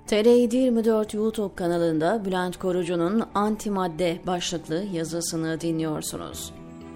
TR724 YouTube kanalında Bülent Korucu'nun Antimadde başlıklı yazısını dinliyorsunuz.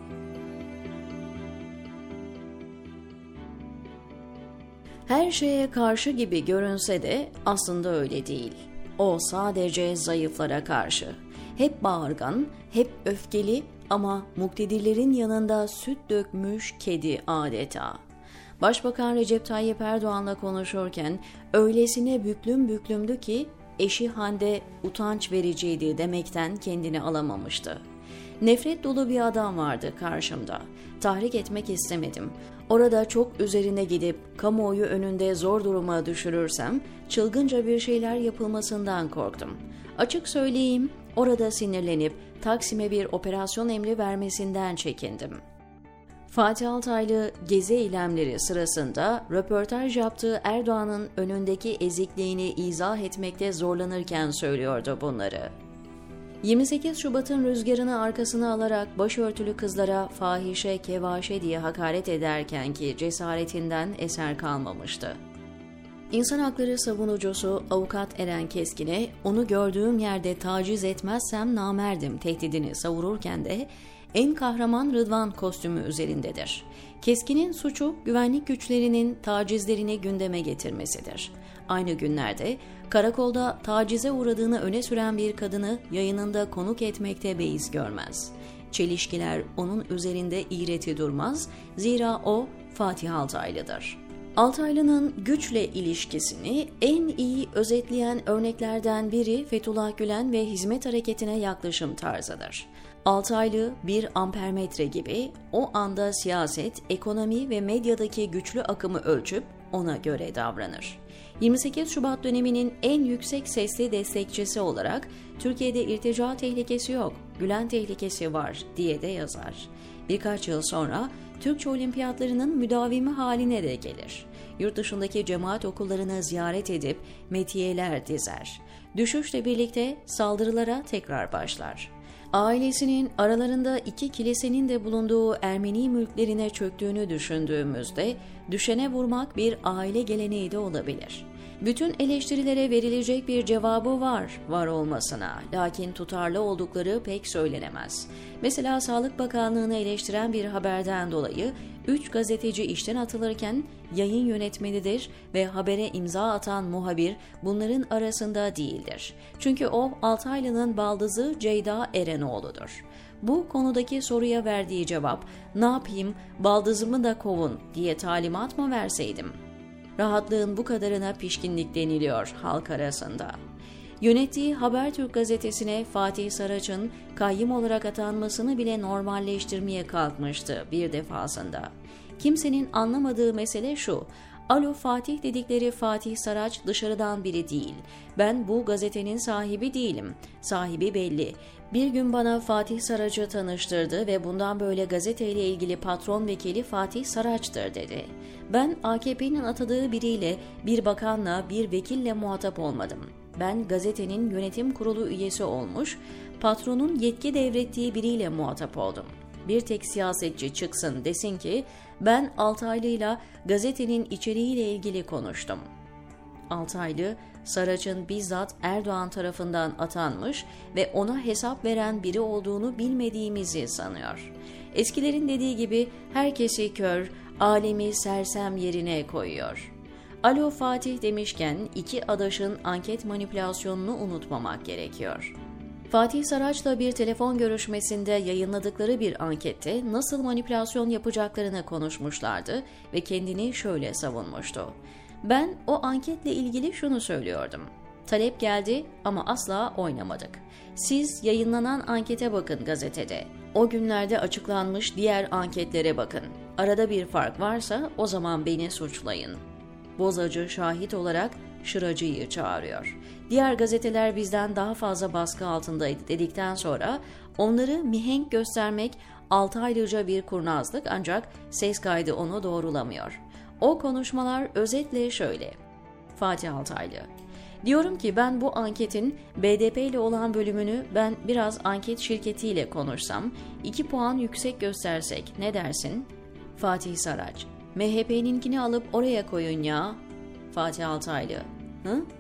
Her şeye karşı gibi görünse de aslında öyle değil. O sadece zayıflara karşı. Hep bağırgan, hep öfkeli ama muktedirlerin yanında süt dökmüş kedi adeta. Başbakan Recep Tayyip Erdoğan'la konuşurken öylesine büklüm büklümdü ki eşi Hande utanç vericiydi demekten kendini alamamıştı. Nefret dolu bir adam vardı karşımda. Tahrik etmek istemedim. Orada çok üzerine gidip kamuoyu önünde zor duruma düşürürsem çılgınca bir şeyler yapılmasından korktum. Açık söyleyeyim, orada sinirlenip Taksim'e bir operasyon emri vermesinden çekindim. Fatih Altaylı gezi eylemleri sırasında röportaj yaptığı Erdoğan'ın önündeki ezikliğini izah etmekte zorlanırken söylüyordu bunları. 28 Şubat'ın rüzgarını arkasına alarak başörtülü kızlara fahişe, kevaşe diye hakaret ederken ki cesaretinden eser kalmamıştı. İnsan hakları savunucusu avukat Eren Keskin'e onu gördüğüm yerde taciz etmezsem namerdim tehdidini savururken de en kahraman Rıdvan kostümü üzerindedir. Keskin'in suçu güvenlik güçlerinin tacizlerini gündeme getirmesidir. Aynı günlerde karakolda tacize uğradığını öne süren bir kadını yayınında konuk etmekte beis görmez. Çelişkiler onun üzerinde iğreti durmaz, zira o Fatih Altaylı'dır. Altaylı'nın güçle ilişkisini en iyi özetleyen örneklerden biri Fethullah Gülen ve hizmet hareketine yaklaşım tarzıdır. Altaylı bir ampermetre gibi o anda siyaset, ekonomi ve medyadaki güçlü akımı ölçüp ona göre davranır. 28 Şubat döneminin en yüksek sesli destekçisi olarak Türkiye'de irtica tehlikesi yok, Gülen tehlikesi var diye de yazar. Birkaç yıl sonra Türkçe olimpiyatlarının müdavimi haline de gelir. Yurt dışındaki cemaat okullarını ziyaret edip metiyeler dizer. Düşüşle birlikte saldırılara tekrar başlar. Ailesinin aralarında 2 kilisenin de bulunduğu Ermeni mülklerine çöktüğünü düşündüğümüzde düşene vurmak bir aile geleneği de olabilir. Bütün eleştirilere verilecek bir cevabı var olmasına, lakin tutarlı oldukları pek söylenemez. Mesela Sağlık Bakanlığı'nı eleştiren bir haberden dolayı 3 gazeteci işten atılırken yayın yönetmenidir ve habere imza atan muhabir bunların arasında değildir. Çünkü o Altaylı'nın baldızı Ceyda Erenoğlu'dur. Bu konudaki soruya verdiği cevap, "Ne yapayım, baldızımı da kovun" diye talimat mı verseydim? Rahatlığın bu kadarına pişkinlik deniliyor halk arasında. Yönettiği Habertürk gazetesine Fatih Saraç'ın kayyım olarak atanmasını bile normalleştirmeye kalkmıştı bir defasında. Kimsenin anlamadığı mesele şu: "Alo Fatih" dedikleri Fatih Saraç dışarıdan biri değil. Ben bu gazetenin sahibi değilim. Sahibi belli. Bir gün bana Fatih Saraç'ı tanıştırdı ve bundan böyle gazeteyle ilgili patron vekili Fatih Saraç'tır dedi. Ben AKP'nin atadığı biriyle, bir bakanla, bir vekille muhatap olmadım. Ben gazetenin yönetim kurulu üyesi olmuş, patronun yetki devrettiği biriyle muhatap oldum. Bir tek siyasetçi çıksın desin ki ben Altaylı'yla gazetenin içeriğiyle ilgili konuştum. Altaylı, Saraç'ın bizzat Erdoğan tarafından atanmış ve ona hesap veren biri olduğunu bilmediğimizi sanıyor. Eskilerin dediği gibi herkesi kör, alemi sersem yerine koyuyor. Alo Fatih demişken 2 adaşın anket manipülasyonunu unutmamak gerekiyor. Fatih Saraç'la bir telefon görüşmesinde yayınladıkları bir ankette nasıl manipülasyon yapacaklarını konuşmuşlardı ve kendini şöyle savunmuştu. "Ben o anketle ilgili şunu söylüyordum. Talep geldi ama asla oynamadık. Siz yayınlanan ankete bakın gazetede. O günlerde açıklanmış diğer anketlere bakın. Arada bir fark varsa o zaman beni suçlayın." Bozacı şahit olarak Şıracı'yı çağırıyor. Diğer gazeteler bizden daha fazla baskı altındaydı dedikten sonra onları mihenk göstermek Altaylıca bir kurnazlık, ancak ses kaydı onu doğrulamıyor. O konuşmalar özetle şöyle: Fatih Altaylı: "Diyorum ki ben bu anketin BDP ile olan bölümünü ben biraz anket şirketiyle konuşsam, 2 puan yüksek göstersek ne dersin?" Fatih Saraç: "MHP'ninkini alıp oraya koyun ya." Fatih Altaylı: "Hı?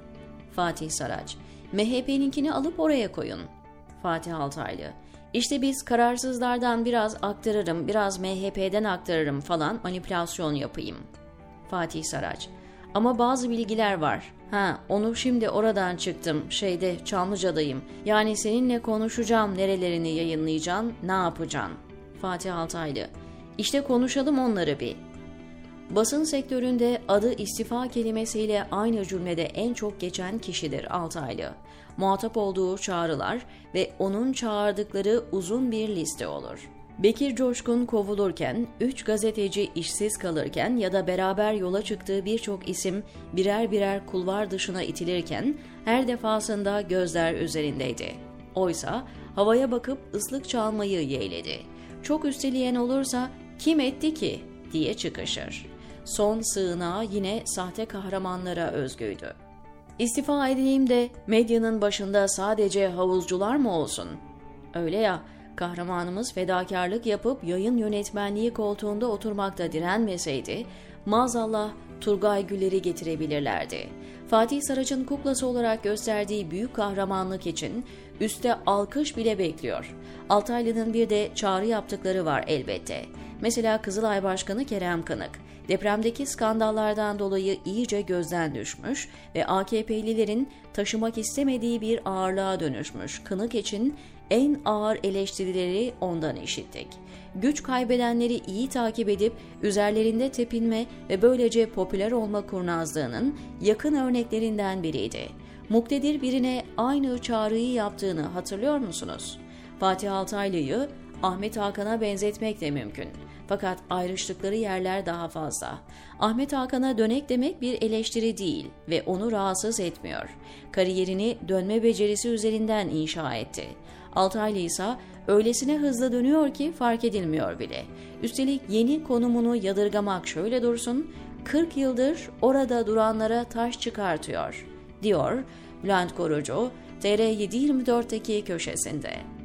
Fatih Saraç: MHP'ninkini alıp oraya koyun. Fatih Altaylı: İşte biz kararsızlardan biraz aktarırım, biraz MHP'den aktarırım falan, manipülasyon yapayım. Fatih Saraç: Ama bazı bilgiler var. Onu şimdi oradan çıktım, Çamlıca'dayım. Yani seninle konuşacağım, nerelerini yayınlayacaksın, ne yapacaksın? Fatih Altaylı: İşte konuşalım onları bir. Basın sektöründe adı istifa kelimesiyle aynı cümlede en çok geçen kişidir Altaylı. Muhatap olduğu çağrılar ve onun çağırdıkları uzun bir liste olur. Bekir Coşkun kovulurken, 3 gazeteci işsiz kalırken ya da beraber yola çıktığı birçok isim birer birer kulvar dışına itilirken her defasında gözler üzerindeydi. Oysa havaya bakıp ıslık çalmayı yeğledi. Çok üsteleyen olursa kim etti ki diye çıkışır. Son sığınağı yine sahte kahramanlara özgüydü. İstifa edeyim de medyanın başında sadece havuzcular mı olsun? Öyle ya, kahramanımız fedakarlık yapıp yayın yönetmenliği koltuğunda oturmakta direnmeseydi, maazallah Turgay Güller'i getirebilirlerdi. Fatih Saraç'ın kuklası olarak gösterdiği büyük kahramanlık için üstte alkış bile bekliyor. Altaylı'nın bir de çağrı yaptıkları var elbette. Mesela Kızılay Başkanı Kerem Kınık, depremdeki skandallardan dolayı iyice gözden düşmüş ve AKP'lilerin taşımak istemediği bir ağırlığa dönüşmüş Kınık için en ağır eleştirileri ondan işittik. Güç kaybedenleri iyi takip edip üzerlerinde tepinme ve böylece popüler olma kurnazlığının yakın örneklerinden biriydi. Muktedir birine aynı çağrıyı yaptığını hatırlıyor musunuz? Fatih Altaylı'yı Ahmet Hakan'a benzetmek de mümkün. Fakat ayrıştıkları yerler daha fazla. Ahmet Hakan'a dönek demek bir eleştiri değil ve onu rahatsız etmiyor. Kariyerini dönme becerisi üzerinden inşa etti. Altaylı ise öylesine hızlı dönüyor ki fark edilmiyor bile. Üstelik yeni konumunu yadırgamak şöyle dursun, 40 yıldır orada duranlara taş çıkartıyor, diyor Bülent Korucu, TR724'teki köşesinde.